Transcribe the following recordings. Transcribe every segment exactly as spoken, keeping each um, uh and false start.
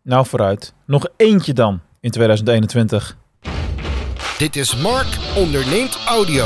Nou vooruit. Nog eentje dan in tweeduizend eenentwintig. Dit is Mark Onderneemt Audio.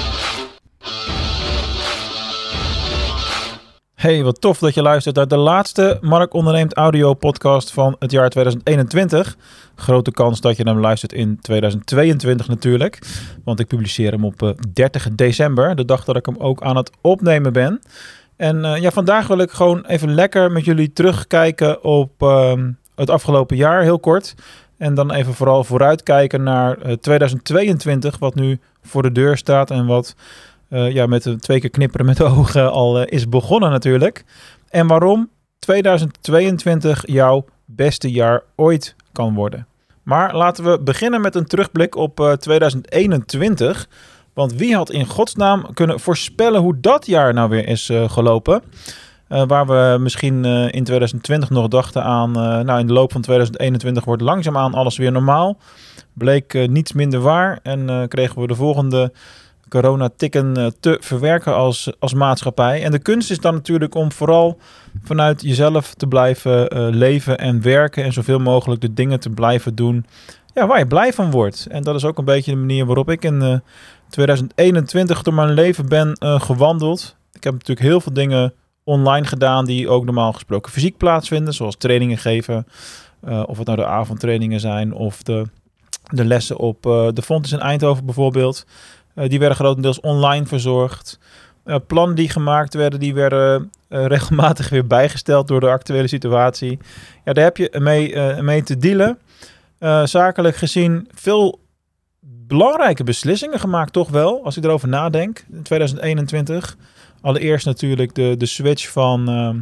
Hey, wat tof dat je luistert naar de laatste Mark Onderneemt Audio podcast van het jaar tweeduizend eenentwintig. Grote kans dat je hem luistert in tweeduizend tweeëntwintig natuurlijk. Want ik publiceer hem op dertig december, de dag dat ik hem ook aan het opnemen ben. En uh, ja, vandaag wil ik gewoon even lekker met jullie terugkijken op uh, het afgelopen jaar, heel kort. En dan even vooral vooruitkijken naar uh, tweeduizend tweeëntwintig, wat nu voor de deur staat en wat uh, ja, met uh, twee keer knipperen met de ogen al uh, is begonnen natuurlijk. En waarom tweeduizend tweeëntwintig jouw beste jaar ooit kan worden. Maar laten we beginnen met een terugblik op uh, tweeduizend eenentwintig. Want wie had in godsnaam kunnen voorspellen hoe dat jaar nou weer is uh, gelopen? Uh, waar we misschien uh, in tweeduizend twintig nog dachten aan, uh, nou in de loop van tweeduizend eenentwintig wordt langzaamaan alles weer normaal. Bleek uh, niets minder waar en uh, kregen we de volgende coronatikken uh, te verwerken als, als maatschappij. En de kunst is dan natuurlijk om vooral vanuit jezelf te blijven uh, leven en werken en zoveel mogelijk de dingen te blijven doen ja, waar je blij van wordt. En dat is ook een beetje de manier waarop ik in uh, tweeduizend eenentwintig door mijn leven ben uh, gewandeld. Ik heb natuurlijk heel veel dingen online gedaan die ook normaal gesproken fysiek plaatsvinden, zoals trainingen geven, uh, of het nou de avondtrainingen zijn of de, de lessen op uh, de Fontys in Eindhoven bijvoorbeeld. Uh, die werden grotendeels online verzorgd. Uh, plannen die gemaakt werden, die werden uh, regelmatig weer bijgesteld door de actuele situatie. Ja, daar heb je mee, uh, mee te dealen. Uh, zakelijk gezien veel belangrijke beslissingen gemaakt, toch wel, als ik erover nadenk, in tweeduizend eenentwintig. Allereerst natuurlijk de, de switch van uh,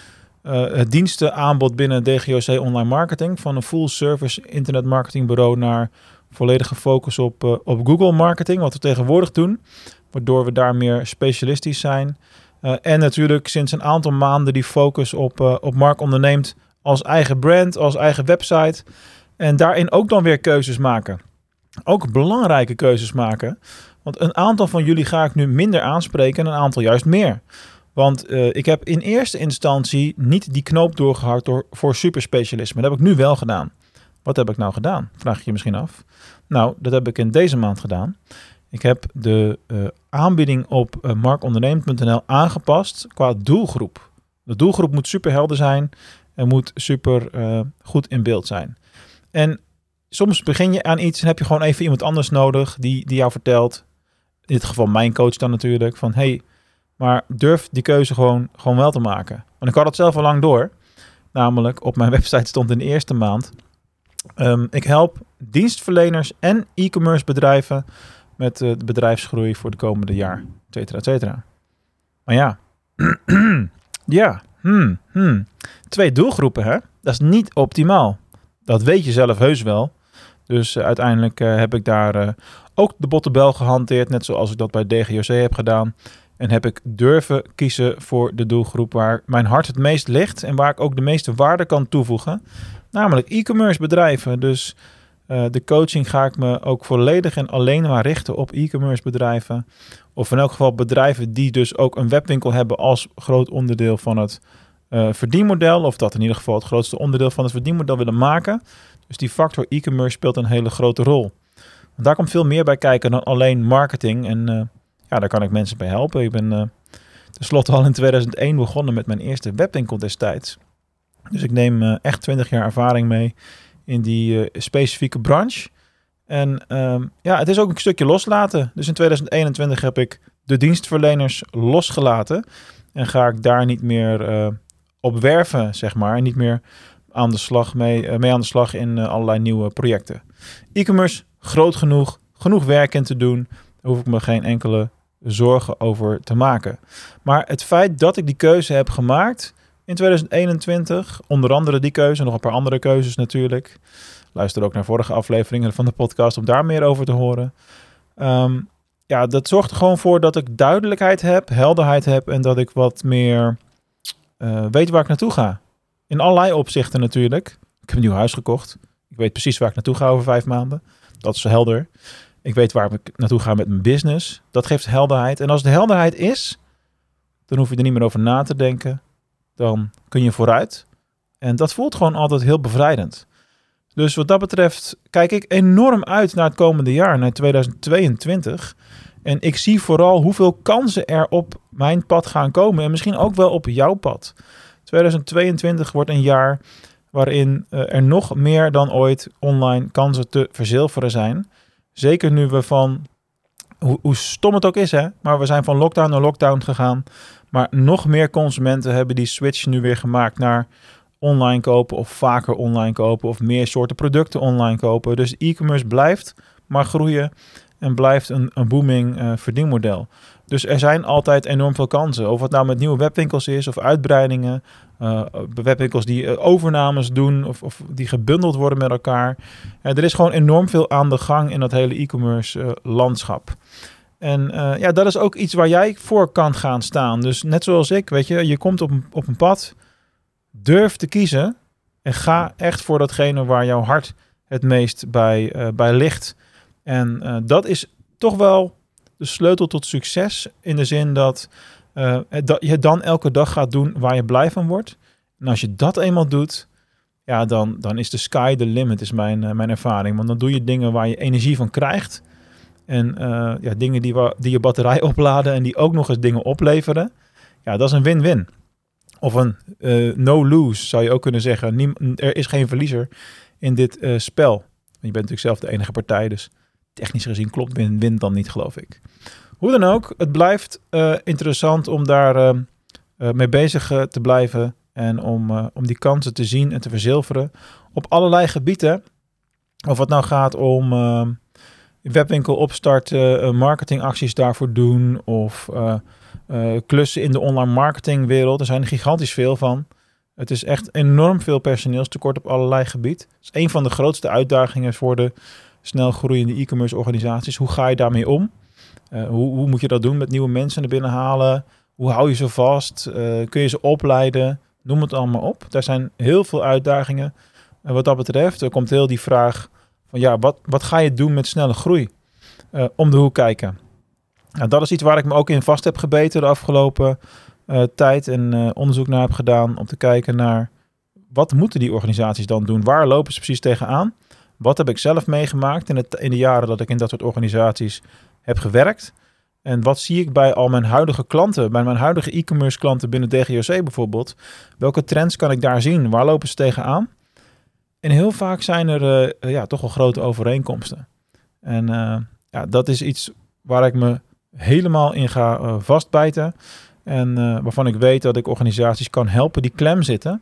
uh, het dienstenaanbod binnen D G O C Online Marketing. Van een full service internet marketingbureau naar volledige focus op, uh, op Google marketing. Wat we tegenwoordig doen. Waardoor we daar meer specialistisch zijn. Uh, en natuurlijk sinds een aantal maanden die focus op, uh, op Mark Onderneemt als eigen brand, als eigen website. En daarin ook dan weer keuzes maken. Ook belangrijke keuzes maken. Want een aantal van jullie ga ik nu minder aanspreken en een aantal juist meer. Want uh, ik heb in eerste instantie niet die knoop doorgehakt door, voor superspecialisme. Dat heb ik nu wel gedaan. Wat heb ik nou gedaan? Vraag je je misschien af. Nou, dat heb ik in deze maand gedaan. Ik heb de uh, aanbieding op uh, mark onderneemt punt n l aangepast qua doelgroep. De doelgroep moet super helder zijn en moet super uh, goed in beeld zijn. En soms begin je aan iets en heb je gewoon even iemand anders nodig die, die jou vertelt, in dit geval mijn coach dan natuurlijk, van hey, maar durf die keuze gewoon, gewoon wel te maken. Want ik had het zelf al lang door. Namelijk, op mijn website stond in de eerste maand, um, ik help dienstverleners en e-commerce bedrijven met uh, de bedrijfsgroei voor de komende jaar, et cetera, et cetera. Maar ja, ja, hmm, hmm. twee doelgroepen, hè? Dat is niet optimaal. Dat weet je zelf heus wel. Dus uh, uiteindelijk uh, heb ik daar uh, ook de bottebel gehanteerd, net zoals ik dat bij D G O C heb gedaan. En heb ik durven kiezen voor de doelgroep waar mijn hart het meest ligt en waar ik ook de meeste waarde kan toevoegen. Namelijk e-commerce bedrijven. Dus uh, de coaching ga ik me ook volledig en alleen maar richten op e-commerce bedrijven. Of in elk geval bedrijven die dus ook een webwinkel hebben als groot onderdeel van het uh, verdienmodel. Of dat in ieder geval het grootste onderdeel van het verdienmodel willen maken. Dus die factor e-commerce speelt een hele grote rol. Want daar komt veel meer bij kijken dan alleen marketing. En uh, ja, daar kan ik mensen bij helpen. Ik ben uh, tenslotte al in tweeduizend één begonnen met mijn eerste webwinkel destijds. Dus ik neem uh, echt twintig jaar ervaring mee in die uh, specifieke branche. En uh, ja, het is ook een stukje loslaten. Dus in tweeduizend eenentwintig heb ik de dienstverleners losgelaten. En ga ik daar niet meer uh, op werven, zeg maar. En niet meer aan de slag mee, uh, mee aan de slag in uh, allerlei nieuwe projecten. E-commerce, groot genoeg, genoeg werk in te doen. Daar hoef ik me geen enkele zorgen over te maken. Maar het feit dat ik die keuze heb gemaakt in tweeduizend eenentwintig, onder andere die keuze, nog een paar andere keuzes natuurlijk. Luister ook naar vorige afleveringen van de podcast om daar meer over te horen. Um, ja, dat zorgt er gewoon voor dat ik duidelijkheid heb, helderheid heb en dat ik wat meer uh, weet waar ik naartoe ga. In allerlei opzichten natuurlijk. Ik heb een nieuw huis gekocht. Ik weet precies waar ik naartoe ga over vijf maanden. Dat is helder. Ik weet waar ik naartoe ga met mijn business. Dat geeft helderheid. En als de helderheid is, dan hoef je er niet meer over na te denken. Dan kun je vooruit. En dat voelt gewoon altijd heel bevrijdend. Dus wat dat betreft kijk ik enorm uit naar het komende jaar, naar tweeduizend tweeëntwintig. En ik zie vooral hoeveel kansen er op mijn pad gaan komen en misschien ook wel op jouw pad. tweeduizend tweeëntwintig wordt een jaar waarin uh, er nog meer dan ooit online kansen te verzilveren zijn. Zeker nu we van, hoe, hoe stom het ook is, hè, maar we zijn van lockdown naar lockdown gegaan. Maar nog meer consumenten hebben die switch nu weer gemaakt naar online kopen of vaker online kopen of meer soorten producten online kopen. Dus e-commerce blijft maar groeien en blijft een, een booming uh, verdienmodel. Dus er zijn altijd enorm veel kansen. Of het nou met nieuwe webwinkels is of uitbreidingen. Uh, webwinkels die uh, overnames doen of, of die gebundeld worden met elkaar. Uh, er is gewoon enorm veel aan de gang in dat hele e-commerce uh, landschap. En uh, ja, dat is ook iets waar jij voor kan gaan staan. Dus net zoals ik, weet je, je komt op een, op een pad, durf te kiezen en ga echt voor datgene waar jouw hart het meest bij, uh, bij ligt. En uh, dat is toch wel de sleutel tot succes in de zin dat, uh, dat je dan elke dag gaat doen waar je blij van wordt. En als je dat eenmaal doet, ja, dan, dan is de sky the limit, is mijn, uh, mijn ervaring. Want dan doe je dingen waar je energie van krijgt. En uh, ja, dingen die, wa- die je batterij opladen en die ook nog eens dingen opleveren. Ja, dat is een win-win. Of een uh, no-lose, zou je ook kunnen zeggen. Niem- er is geen verliezer in dit uh, spel. Je bent natuurlijk zelf de enige partij, dus technisch gezien klopt win, win dan niet, geloof ik. Hoe dan ook, het blijft uh, interessant om daar uh, uh, mee bezig uh, te blijven en om, uh, om die kansen te zien en te verzilveren op allerlei gebieden. Of het nou gaat om uh, webwinkel opstarten, uh, marketingacties daarvoor doen of uh, uh, klussen in de online marketingwereld. Er zijn er gigantisch veel van. Het is echt enorm veel personeelstekort op allerlei gebieden. Het is een van de grootste uitdagingen voor de snel groeiende e-commerce organisaties. Hoe ga je daarmee om? Uh, hoe, hoe moet je dat doen met nieuwe mensen er binnen halen? Hoe hou je ze vast? Uh, kun je ze opleiden? Noem het allemaal op. Daar zijn heel veel uitdagingen. En wat dat betreft, er komt heel die vraag van ja, wat, wat ga je doen met snelle groei? Uh, om de hoek kijken. Nou, dat is iets waar ik me ook in vast heb gebeten de afgelopen uh, tijd en uh, onderzoek naar heb gedaan om te kijken naar wat moeten die organisaties dan doen? Waar lopen ze precies tegenaan? Wat heb ik zelf meegemaakt in, het, in de jaren dat ik in dat soort organisaties heb gewerkt? En wat zie ik bij al mijn huidige klanten, bij mijn huidige e-commerce klanten binnen D G O C bijvoorbeeld? Welke trends kan ik daar zien? Waar lopen ze tegenaan? En heel vaak zijn er uh, ja, toch wel grote overeenkomsten. En uh, ja, dat is iets waar ik me helemaal in ga uh, vastbijten. En uh, waarvan ik weet dat ik organisaties kan helpen die klem zitten.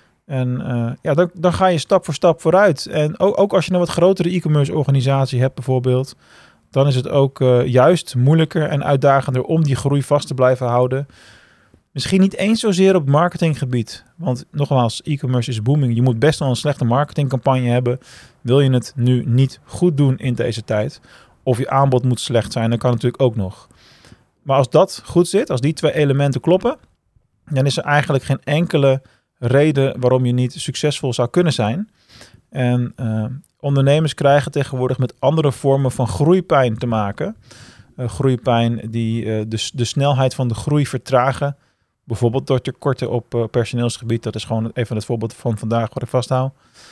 En uh, ja, dan, dan ga je stap voor stap vooruit. En ook, ook als je een wat grotere e-commerce organisatie hebt bijvoorbeeld, dan is het ook uh, juist moeilijker en uitdagender om die groei vast te blijven houden. Misschien niet eens zozeer op marketinggebied. Want nogmaals, e-commerce is booming. Je moet best wel een slechte marketingcampagne hebben. Wil je het nu niet goed doen in deze tijd? Of je aanbod moet slecht zijn, dan kan het natuurlijk ook nog. Maar als dat goed zit, als die twee elementen kloppen, dan is er eigenlijk geen enkele reden waarom je niet succesvol zou kunnen zijn. En uh, ondernemers krijgen tegenwoordig met andere vormen van groeipijn te maken. Uh, groeipijn die uh, de, de snelheid van de groei vertragen. Bijvoorbeeld door tekorten op uh, personeelsgebied. Dat is gewoon even het voorbeeld van vandaag wat ik vasthoud.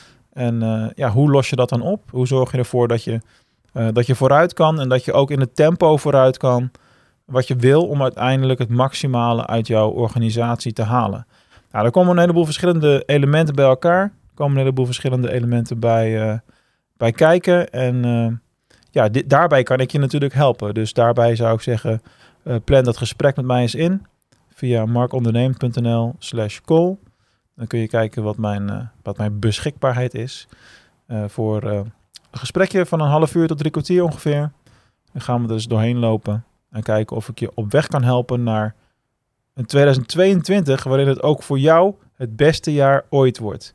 En uh, ja, hoe los je dat dan op? Hoe zorg je ervoor dat je, uh, dat je vooruit kan en dat je ook in het tempo vooruit kan wat je wil om uiteindelijk het maximale uit jouw organisatie te halen? Nou, er komen een heleboel verschillende elementen bij elkaar. Er komen een heleboel verschillende elementen bij, uh, bij kijken. En uh, ja, dit, daarbij kan ik je natuurlijk helpen. Dus daarbij zou ik zeggen, uh, plan dat gesprek met mij eens in via markonderneemt.nl slash call. Dan kun je kijken wat mijn, uh, wat mijn beschikbaarheid is uh, voor uh, een gesprekje van een half uur tot drie kwartier ongeveer. Dan gaan we er dus doorheen lopen en kijken of ik je op weg kan helpen naar een tweeduizend tweeëntwintig, waarin het ook voor jou het beste jaar ooit wordt.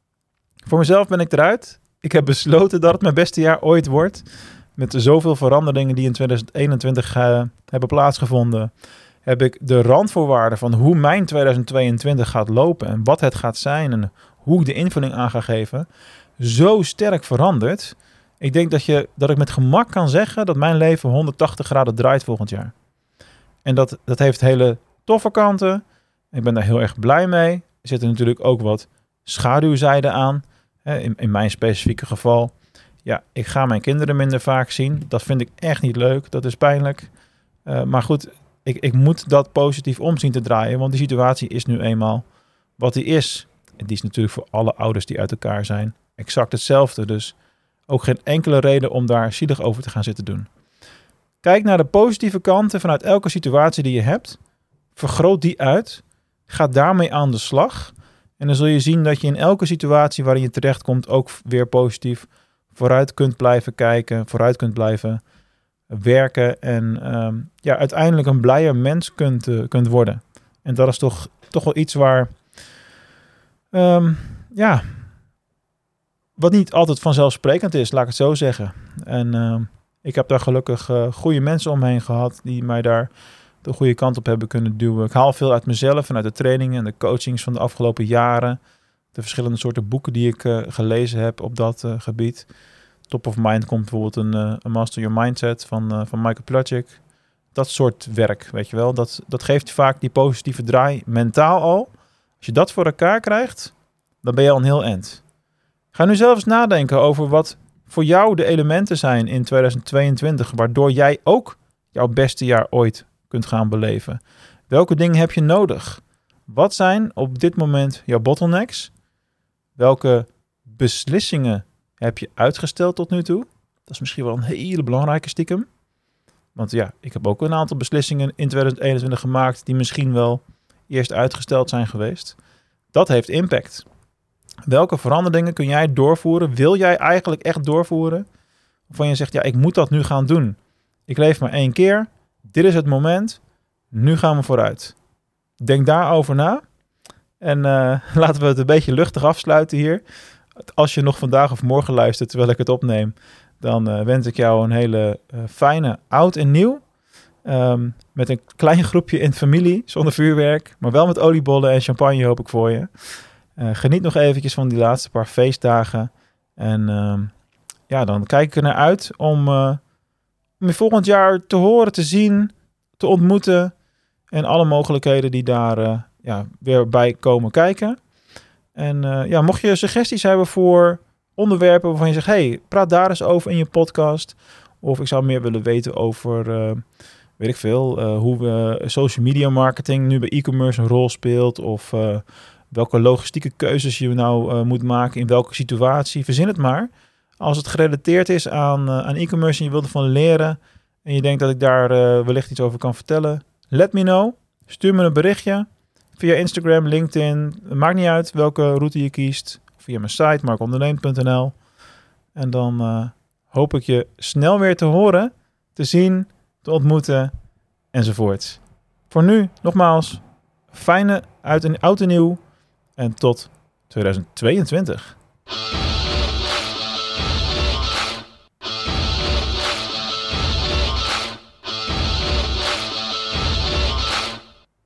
Voor mezelf ben ik eruit. Ik heb besloten dat het mijn beste jaar ooit wordt. Met zoveel veranderingen die in tweeduizend eenentwintig uh, hebben plaatsgevonden, heb ik de randvoorwaarden van hoe mijn tweeduizend tweeëntwintig gaat lopen en wat het gaat zijn en hoe ik de invulling aan ga geven, zo sterk veranderd. Ik denk dat, je, dat ik met gemak kan zeggen dat mijn leven honderdtachtig graden draait volgend jaar. En dat, dat heeft hele toffe kanten. Ik ben daar heel erg blij mee. Er zitten natuurlijk ook wat schaduwzijde aan. In, in mijn specifieke geval, ja, ik ga mijn kinderen minder vaak zien. Dat vind ik echt niet leuk. Dat is pijnlijk. Uh, maar goed, ik, ik moet dat positief om zien te draaien. Want die situatie is nu eenmaal wat die is. En die is natuurlijk voor alle ouders die uit elkaar zijn exact hetzelfde. Dus ook geen enkele reden om daar zielig over te gaan zitten doen. Kijk naar de positieve kanten vanuit elke situatie die je hebt. Vergroot die uit. Ga daarmee aan de slag. En dan zul je zien dat je in elke situatie waarin je terechtkomt ook weer positief vooruit kunt blijven kijken. Vooruit kunt blijven werken. En um, ja, uiteindelijk een blijer mens kunt, uh, kunt worden. En dat is toch, toch wel iets waar... Um, ja... Wat niet altijd vanzelfsprekend is, laat ik het zo zeggen. En uh, ik heb daar gelukkig uh, goede mensen om me heen gehad die mij daar de goede kant op hebben kunnen duwen. Ik haal veel uit mezelf en uit de trainingen en de coachings van de afgelopen jaren. De verschillende soorten boeken die ik uh, gelezen heb op dat uh, gebied. Top of Mind komt bijvoorbeeld een, uh, een Master Your Mindset van, uh, van Michael Pilatschik. Dat soort werk, weet je wel. Dat, dat geeft je vaak die positieve draai mentaal al. Als je dat voor elkaar krijgt, dan ben je al een heel eind. Ga nu zelf eens nadenken over wat voor jou de elementen zijn in tweeduizend tweeëntwintig, waardoor jij ook jouw beste jaar ooit kunt gaan beleven. Welke dingen heb je nodig? Wat zijn op dit moment jouw bottlenecks? Welke beslissingen heb je uitgesteld tot nu toe? Dat is misschien wel een hele belangrijke stiekem. Want ja, ik heb ook een aantal beslissingen in tweeduizend eenentwintig gemaakt die misschien wel eerst uitgesteld zijn geweest. Dat heeft impact. Welke veranderingen kun jij doorvoeren? Wil jij eigenlijk echt doorvoeren? Waarvan je zegt, ja, ik moet dat nu gaan doen. Ik leef maar één keer. Dit is het moment. Nu gaan we vooruit. Denk daarover na. En uh, laten we het een beetje luchtig afsluiten hier. Als je nog vandaag of morgen luistert terwijl ik het opneem, dan uh, wens ik jou een hele uh, fijne oud en nieuw. Um, met een klein groepje in familie, zonder vuurwerk. Maar wel met oliebollen en champagne hoop ik voor je. Uh, geniet nog eventjes van die laatste paar feestdagen. En uh, ja, dan kijk ik er naar uit om, uh, om je volgend jaar te horen, te zien, te ontmoeten. En alle mogelijkheden die daar uh, ja, weer bij komen kijken. En uh, ja, mocht je suggesties hebben voor onderwerpen waarvan je zegt, hey, praat daar eens over in je podcast. Of ik zou meer willen weten over, uh, weet ik veel, uh, hoe we social media marketing nu bij e-commerce een rol speelt. Of uh, welke logistieke keuzes je nou uh, moet maken, in welke situatie. Verzin het maar. Als het gerelateerd is aan, uh, aan e-commerce en je wilt ervan leren en je denkt dat ik daar uh, wellicht iets over kan vertellen, let me know. Stuur me een berichtje via Instagram, LinkedIn. Maakt niet uit welke route je kiest. Via mijn site, mark onderneemt punt n l. En dan uh, hoop ik je snel weer te horen, te zien, te ontmoeten enzovoort. Voor nu, nogmaals, fijne uit en oud en nieuw. En tot tweeduizend tweeëntwintig.